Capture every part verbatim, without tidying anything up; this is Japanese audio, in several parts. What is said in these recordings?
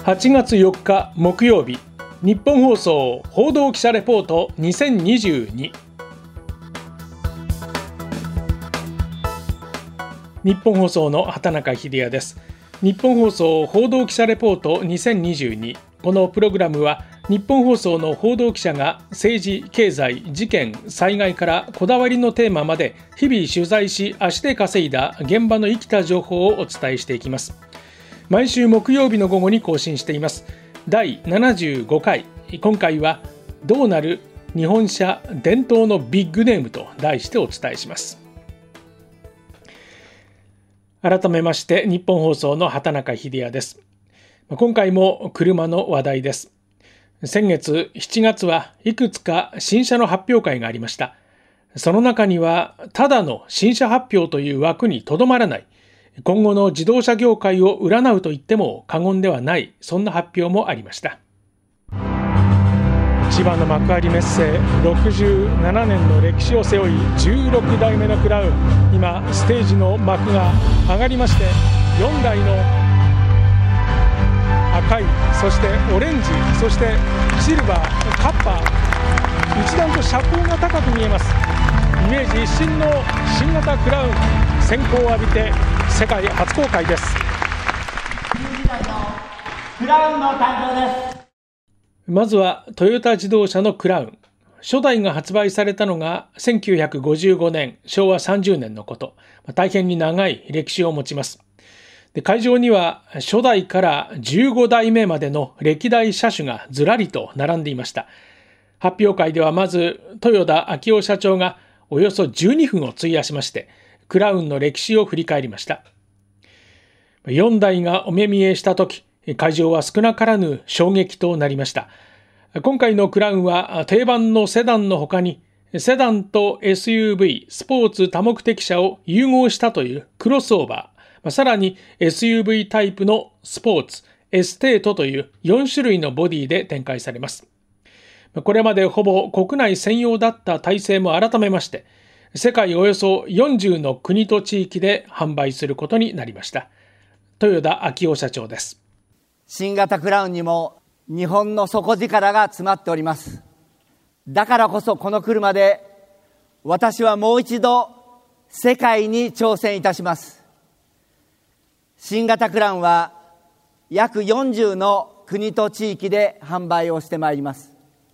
はちがつよっか木曜日、日本放送報道記者レポートにせんにじゅうに。日本放送の畑中秀也です。日本放送報道記者レポートにせんにじゅうに。このプログラムは日本放送の報道記者が政治、経済、事件、災害からこだわりのテーマまで日々取材し足で稼いだ現場の生きた情報をお伝えしていきます。毎週木曜日の午後に更新しています。だいななじゅうごかい、今回はどうなる日本車伝統のビッグネームと題してお伝えします。改めまして日本放送の畑中秀也です。今回も車の話題です。先月しちがつはいくつか新車の発表会がありました。その中にはただの新車発表という枠にとどまらない今後の自動車業界を占うと言っても過言ではない、そんな発表もありました。千葉の幕張メッセ、ろくじゅうななねんの歴史を背負いじゅうろくだいめのクラウン、今ステージの幕が上がりまして、よんだいの赤い、そしてオレンジ、そしてシルバー、カッパー、一段と車高が高く見えます。イメージ一新の新型クラウン、先行を浴びて世界初公開です。 じゅうにだいのクラウンの誕生です。 まずはトヨタ自動車のクラウン。初代が発売されたのがせんきゅうひゃくごじゅうごねん、しょうわさんじゅうねんのこと。大変に長い歴史を持ちます。で、会場には初代からじゅうごだいめまでの歴代車種がずらりと並んでいました。発表会ではまず豊田章男社長がおよそじゅうにふんを費やしまして、クラウンの歴史を振り返りました。よんだいがお目見えしたとき、会場は少なからぬ衝撃となりました。今回のクラウンは定番のセダンの他に、セダンと エスユーブイ、スポーツ多目的車を融合したというクロスオーバー、さらに エスユーブイ タイプのスポーツ、エステートというよんしゅるいのボディで展開されます。これまでほぼ国内専用だった体制も改めまして、世界およそよんじゅうの国と地域で販売することになりました。豊田章男社長です。 新型クラウンにも日本の底力が詰まっております。だからこそこの車で私はもう一度世界に挑戦いたします。新型クラウンは約よんじゅうの国と地域で販売をしてまいります。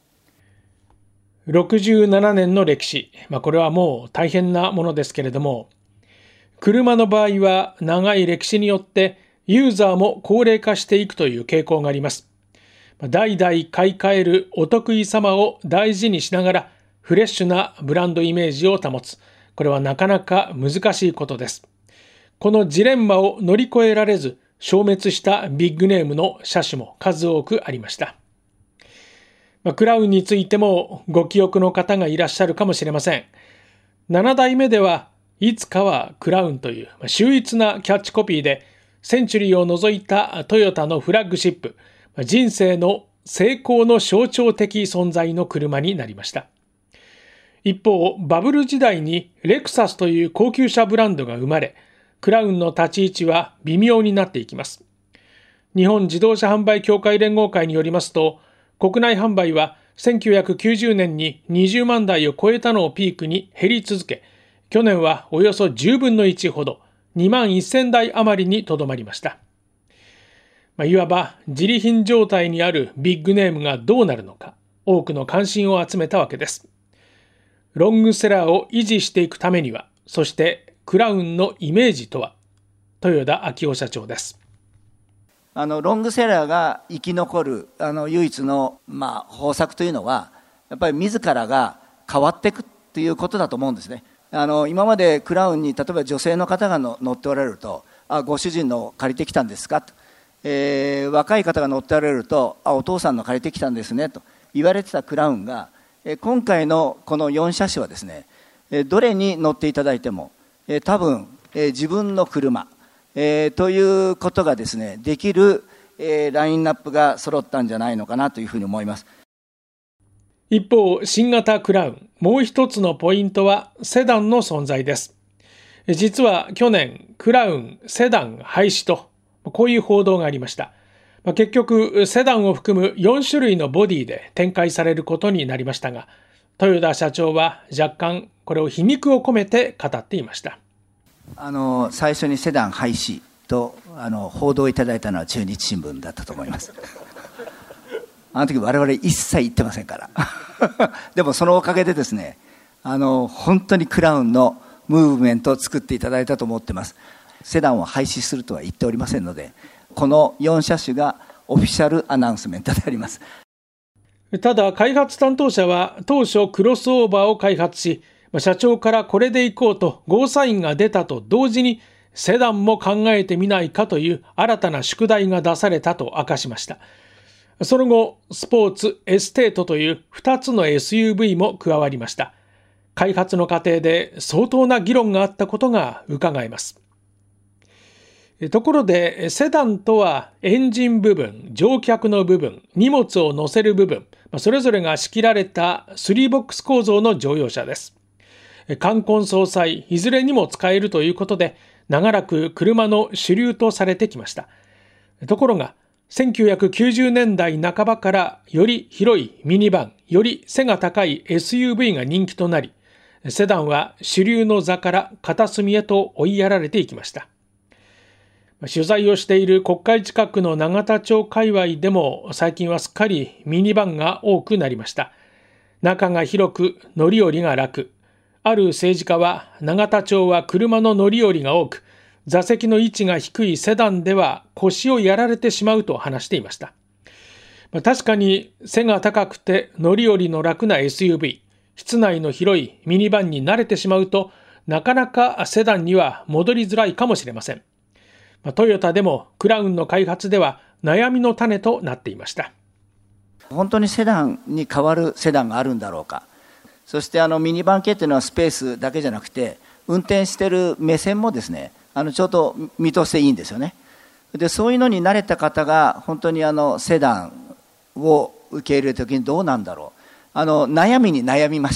ろくじゅうななねんの歴史、まあ、これはもう大変なものですけれども、車の場合は長い歴史によってユーザーも高齢化していくという傾向があります。代々買い替えるお得意様を大事にしながらフレッシュなブランドイメージを保つ。これはなかなか難しいことです。このジレンマを乗り越えられず消滅したビッグネームの車種も数多くありました。クラウンについてもご記憶の方がいらっしゃるかもしれません。ななだいめではいつかはクラウンという秀逸なキャッチコピーでセンチュリーを除いたトヨタのフラッグシップ、人生の成功の象徴的存在の車になりました。一方、バブル時代にレクサスという高級車ブランドが生まれ、クラウンの立ち位置は微妙になっていきます。日本自動車販売協会連合会によりますと、国内販売はせんきゅうひゃくきゅうじゅうねんににじゅうまんだいを超えたのをピークに減り続け、去年はおよそじゅうぶんのいちほど、にまんせんだい余りにとどまりました。まあ、いわば自利品状態にあるビッグネームがどうなるのか、多くの関心を集めたわけです。ロングセラーを維持していくためには、そしてクラウンのイメージとは、豊田章男社長です。 あのロングセラーが生き残るあの唯一の、まあ、方策というのはやっぱり自らが変わっていくということだと思うんですね。あの今までクラウンに例えば女性の方がの乗っておられると、あ、ご主人の借りてきたんですかと、えー、若い方が乗っておられると、あ、お父さんの借りてきたんですねと言われてたクラウンが、えー、今回のこのよんしゃしはですね、えー、どれに乗っていただいても、えー、多分、えー、自分の車えー、ということがですねできる、えー、ラインナップが揃ったんじゃないのかなというふうに思います。 一方、新型クラウン、もう一つのポイントはセダンの存在です。実は去年クラウン、セダン廃止とこういう報道がありました。 まあ、結局セダンを含むよん種類のボディで展開されることになりましたが、豊田社長は若干これを皮肉を込めて語っていました。 あの最初にセダン廃止とあの報道いただいたのは中日新聞だったと思います。あの時我々一切言ってませんからでもそのおかげでですね、あの本当にクラウンのムーブメントを作っていただいたと思ってます。セダンを廃止するとは言っておりませんので、このよん車種がオフィシャルアナウンスメントであります。 ただ開発担当者は当初クロスオーバーを開発し、社長からこれでいこうとゴーサインが出たと同時にセダンも考えてみないかという新たな宿題が出されたと明かしました。その後、スポーツ、エステートというふたつの エスユーブイ も加わりました。開発の過程で相当な議論があったことが伺えます。ところで、セダンとはエンジン部分、乗客の部分、荷物を乗せる部分、それぞれが仕切られたスリーボックス構造の乗用車です。冠婚葬祭、いずれにも使えるということで、長らく車の主流とされてきました。ところが、せんきゅうひゃくきゅうじゅうねんだいなかばからより広いミニバン、より背が高い エスユーブイ が人気となり、セダンは主流の座から片隅へと追いやられていきました。取材をしている国会近くの永田町界隈でも最近はすっかりミニバンが多くなりました。中が広く乗り降りが楽。ある政治家は永田町は車の乗り降りが多く、座席の位置が低いセダンでは腰をやられてしまうと話していました。確かに背が高くて乗り降りの楽な エスユーブイ、室内の広いミニバンに慣れてしまうと、なかなかセダンには戻りづらいかもしれません。トヨタでもクラウンの開発では悩みの種となっていました。 本当にセダンに代わるセダンがあるんだろうか。そしてあのミニバン系というのはスペースだけじゃなくて、運転している目線もですね、あのちょうど見通していいんですよね。でそういうのに慣れた方が本当にあのセダンを受け入れるときにどうなんだろう。あの悩みに悩みました。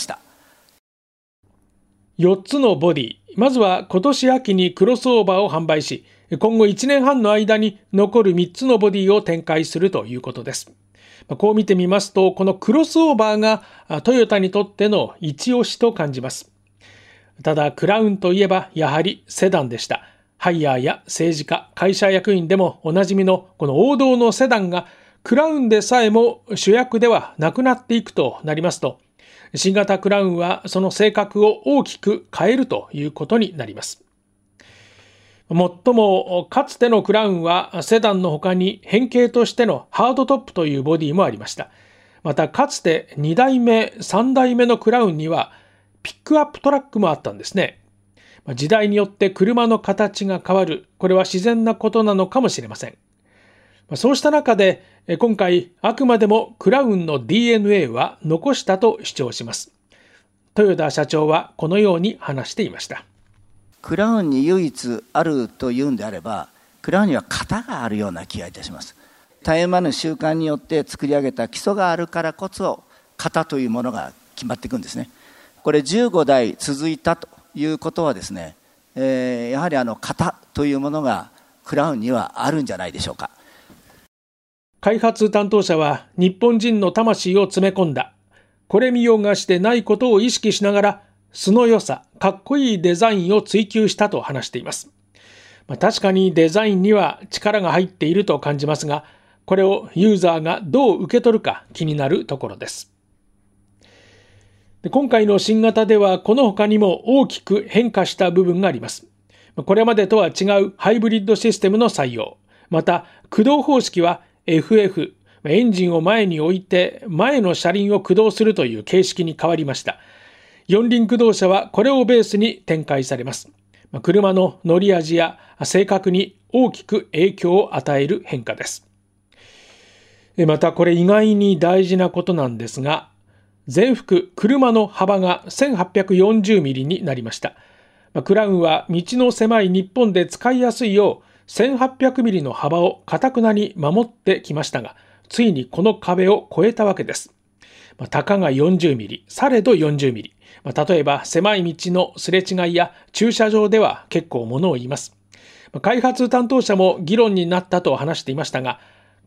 よっつのボディ、まずは今年秋にクロスオーバーを販売し、今後いちねんはんの間に残るみっつのボディを展開するということです。こう見てみますと、このクロスオーバーがトヨタにとっての一押しと感じます。ただ、クラウンといえばやはりセダンでした。ハイヤーや政治家、会社役員でもおなじみのこの王道のセダンがクラウンでさえも主役ではなくなっていくとなりますと、新型クラウンはその性格を大きく変えるということになります。もっともかつてのクラウンはセダンの他に変形としてのハードトップというボディもありました。またかつてにだいめ、さんだいめのクラウンにはピックアップトラックもあったんですね。時代によって車の形が変わる、これは自然なことなのかもしれません。そうした中で今回あくまでもクラウンの ディーエヌエー は残したと主張します。豊田社長はこのように話していました。 クラウンに唯一あるというんであれば、クラウンには型があるような気がいたします。絶え間ぬ習慣によって作り上げた基礎があるからこそ型というものが決まっていくんですね。これじゅうごだい続いたということはですね、えー、やはりあの型というものがクラウンにはあるんじゃないでしょうか。 開発担当者は日本人の魂を詰め込んだ、これ見よがしてないことを意識しながら素の良さ、かっこいいデザインを追求したと話しています。まあ、確かにデザインには力が入っていると感じますが、これをユーザーがどう受け取るか気になるところです。で、今回の新型ではこの他にも大きく変化した部分があります。これまでとは違うハイブリッドシステムの採用、また駆動方式は エフエフ、エンジンを前に置いて前の車輪を駆動するという形式に変わりました。四輪駆動車はこれをベースに展開されます。車の乗り味や性格に大きく影響を与える変化です。またこれ意外に大事なことなんですが、全幅車の幅がせんはっぴゃくよんじゅうミリになりました。クラウンは道の狭い日本で使いやすいようせんはっぴゃくミリの幅を堅なに守ってきましたが、ついにこの壁を越えたわけです。たかがよんじゅうミリ、されどよんじゅうミリ。例えば狭い道のすれ違いや駐車場では結構ものを言います。開発担当者も議論になったと話していましたが、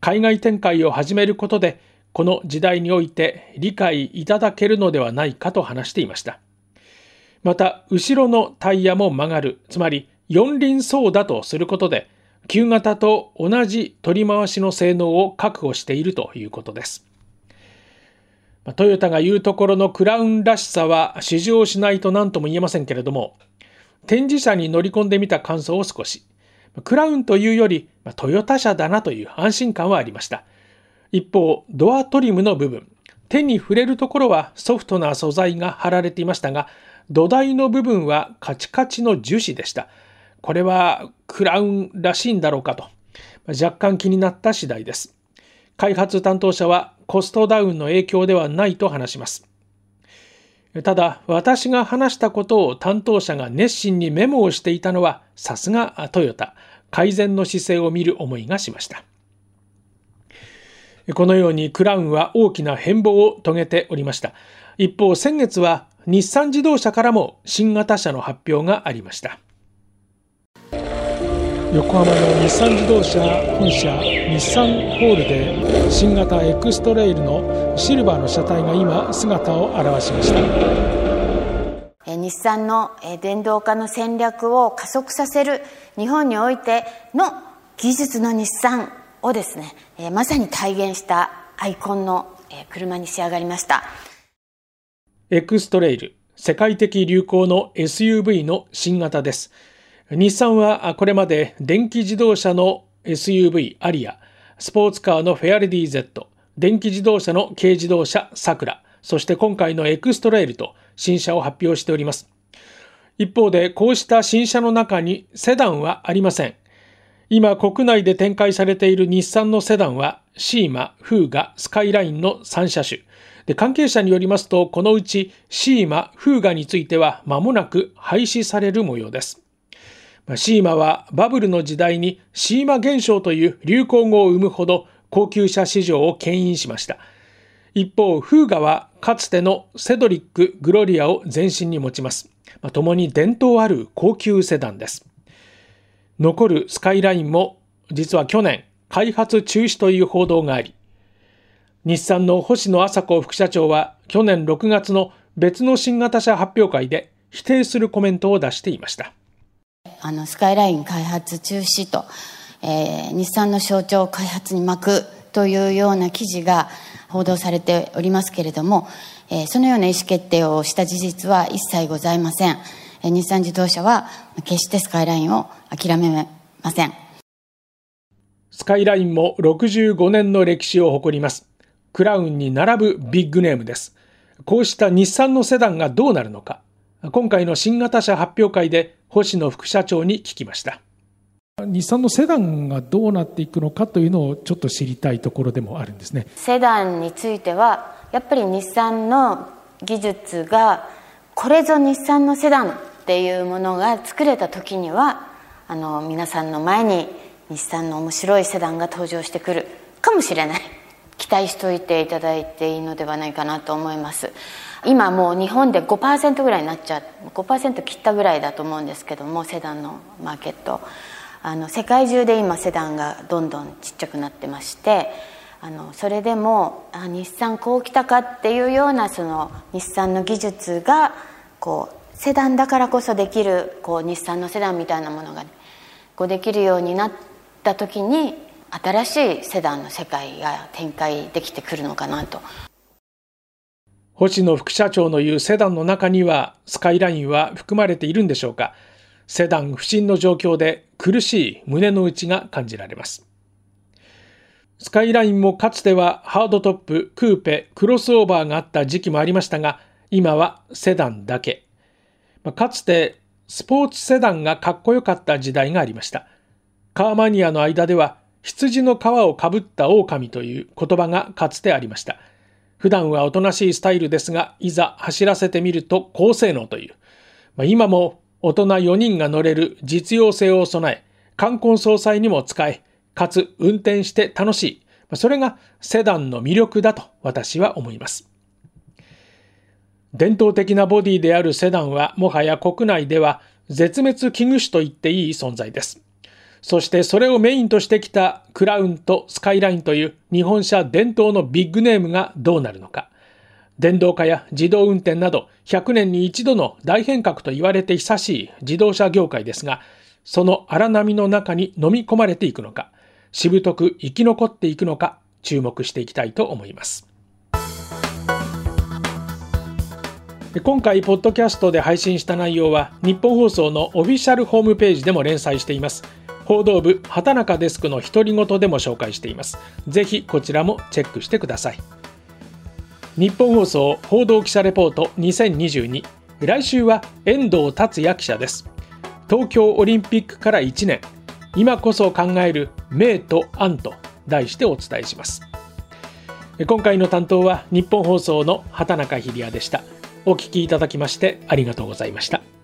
海外展開を始めることで、この時代において理解いただけるのではないかと話していました。また、後ろのタイヤも曲がる、つまり四輪走だとすることで、旧型と同じ取り回しの性能を確保しているということです。トヨタが言うところのクラウンらしさは試乗しないと何とも言えませんけれども、展示車に乗り込んでみた感想を少し、クラウンというよりトヨタ車だなという安心感はありました。一方、ドアトリムの部分、手に触れるところはソフトな素材が貼られていましたが、土台の部分はカチカチの樹脂でした。これはクラウンらしいんだろうかと、若干気になった次第です。開発担当者はコストダウンの影響ではないと話します。ただ、私が話したことを担当者が熱心にメモをしていたのは、さすがトヨタ、改善の姿勢を見る思いがしました。このようにクラウンは大きな変貌を遂げておりました。一方、先月は日産自動車からも新型車の発表がありました。横浜の日産自動車本社日産ホールで新型エクストレイルのシルバーの車体が今姿を現しました。 日産の電動化の戦略を加速させる日本においての技術の日産をですね、まさに体現したアイコンの車に仕上がりました。 エクストレイル、世界的流行の エスユーブイ の新型です。日産はこれまで電気自動車の エスユーブイ アリア、スポーツカーのフェアレディ Z、電気自動車の軽自動車サクラ、そして今回のエクストレイルと新車を発表しております。一方でこうした新車の中にセダンはありません。今国内で展開されている日産のセダンはシーマ、フーガ、スカイラインのさん車種。で、関係者によりますと、このうちシーマ、フーガについては間もなく廃止される模様です。シーマはバブルの時代にシーマ現象という流行語を生むほど高級車市場を牽引しました。一方、フーガはかつてのセドリック、グロリアを前身に持ちます。共に伝統ある高級セダンです。残るスカイラインも実は去年開発中止という報道があり、日産の星野朝子副社長は去年ろくがつの別の新型車発表会で否定するコメントを出していました。 あのスカイライン開発中止と、えー、日産の象徴を開発に巻くというような記事が報道されておりますけれども、えー、そのような意思決定をした事実は一切ございません。えー、日産自動車は決してスカイラインを諦めません。 スカイラインもろくじゅうごねんの歴史を誇ります。クラウンに並ぶビッグネームです。こうした日産のセダンがどうなるのか、今回の新型車発表会で星野副社長に聞きました。日産のセダンがどうなっていくのかというのをちょっと知りたいところでもあるんですね。 セダンについてはやっぱり日産の技術がこれぞ日産のセダンっていうものが作れた時には、あの皆さんの前に日産の面白いセダンが登場してくるかもしれない。期待しておいていただいていいのではないかなと思います。今もう日本で ごパーセント ぐらいになっちゃう ごパーセント 切ったぐらいだと思うんですけども、セダンのマーケット、あの世界中で今セダンがどんどんちっちゃくなってまして、あのそれでもあ日産こう来たかっていうようなその日産の技術がこうセダンだからこそできるこう日産のセダンみたいなものが、ね、こうできるようになった時に新しいセダンの世界が展開できてくるのかなと。 星野副社長の言うセダンの中にはスカイラインは含まれているんでしょうか。セダン不振の状況で苦しい胸の内が感じられます。スカイラインもかつてはハードトップ、クーペ、クロスオーバーがあった時期もありましたが、今はセダンだけ。かつてスポーツセダンがかっこよかった時代がありました。カーマニアの間では羊の皮をかぶった狼という言葉がかつてありました。普段はおとなしいスタイルですが、いざ走らせてみると高性能という。今も大人よにんが乗れる実用性を備え、冠婚葬祭にも使え、かつ運転して楽しい。それがセダンの魅力だと私は思います。伝統的なボディであるセダンはもはや国内では絶滅危惧種と言っていい存在です。 そしてそれをメインとしてきたクラウンとスカイラインという日本車伝統のビッグネームがどうなるのか。電動化や自動運転などひゃくねんに一度の大変革と言われて久しい自動車業界ですが、その荒波の中に飲み込まれていくのか、しぶとく生き残っていくのか、注目していきたいと思います。今回ポッドキャストで配信した内容は日本放送のオフィシャルホームページでも連載しています。報道部畑中デスクの独り言でも紹介しています。ぜひこちらもチェックしてください。日本放送報道記者レポートにせんにじゅうに、来週は遠藤達也記者です。東京オリンピックからいちねん、今こそ考える明と暗と題してお伝えします。今回の担当は日本放送の畑中秀也でした。お聞きいただきましてありがとうございました。